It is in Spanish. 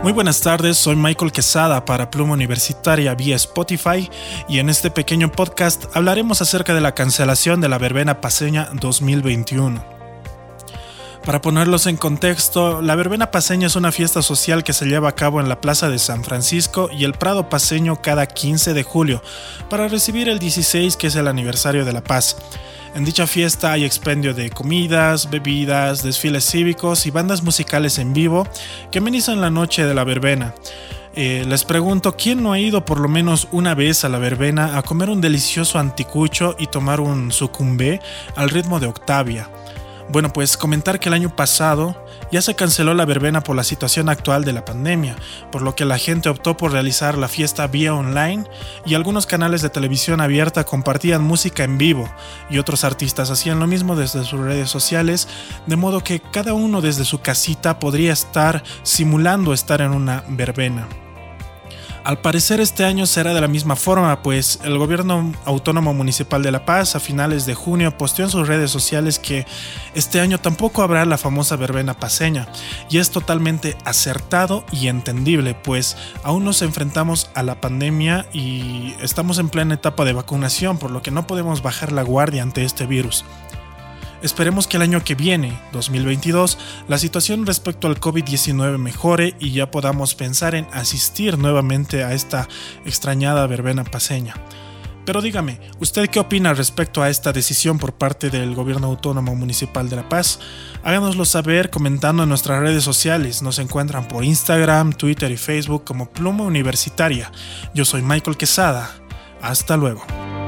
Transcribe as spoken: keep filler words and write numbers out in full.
Muy buenas tardes, soy Michael Quesada para Pluma Universitaria vía Spotify y en este pequeño podcast hablaremos acerca de la cancelación de la Verbena Paceña dos mil veintiuno. Para ponerlos en contexto, la Verbena Paceña es una fiesta social que se lleva a cabo en la Plaza de San Francisco y el Prado Paceño cada quince de julio, para recibir el dieciséis, que es el aniversario de la paz. En dicha fiesta hay expendio de comidas, bebidas, desfiles cívicos y bandas musicales en vivo que amenizan la noche de la verbena. Eh, les pregunto, ¿quién no ha ido por lo menos una vez a la verbena a comer un delicioso anticucho y tomar un sucumbé al ritmo de Octavia? Bueno, pues comentar que el año pasado ya se canceló la verbena por la situación actual de la pandemia, por lo que la gente optó por realizar la fiesta vía online y algunos canales de televisión abierta compartían música en vivo y otros artistas hacían lo mismo desde sus redes sociales, de modo que cada uno desde su casita podría estar simulando estar en una verbena. Al parecer este año será de la misma forma, pues el Gobierno Autónomo Municipal de La Paz a finales de junio posteó en sus redes sociales que este año tampoco habrá la famosa verbena paceña, y es totalmente acertado y entendible, pues aún nos enfrentamos a la pandemia y estamos en plena etapa de vacunación, por lo que no podemos bajar la guardia ante este virus. Esperemos que el año que viene, dos mil veintidós, la situación respecto al covid diecinueve mejore y ya podamos pensar en asistir nuevamente a esta extrañada verbena paceña. Pero dígame, ¿usted qué opina respecto a esta decisión por parte del Gobierno Autónomo Municipal de La Paz? Háganoslo saber comentando en nuestras redes sociales. Nos encuentran por Instagram, Twitter y Facebook como Pluma Universitaria. Yo soy Michael Quesada. Hasta luego.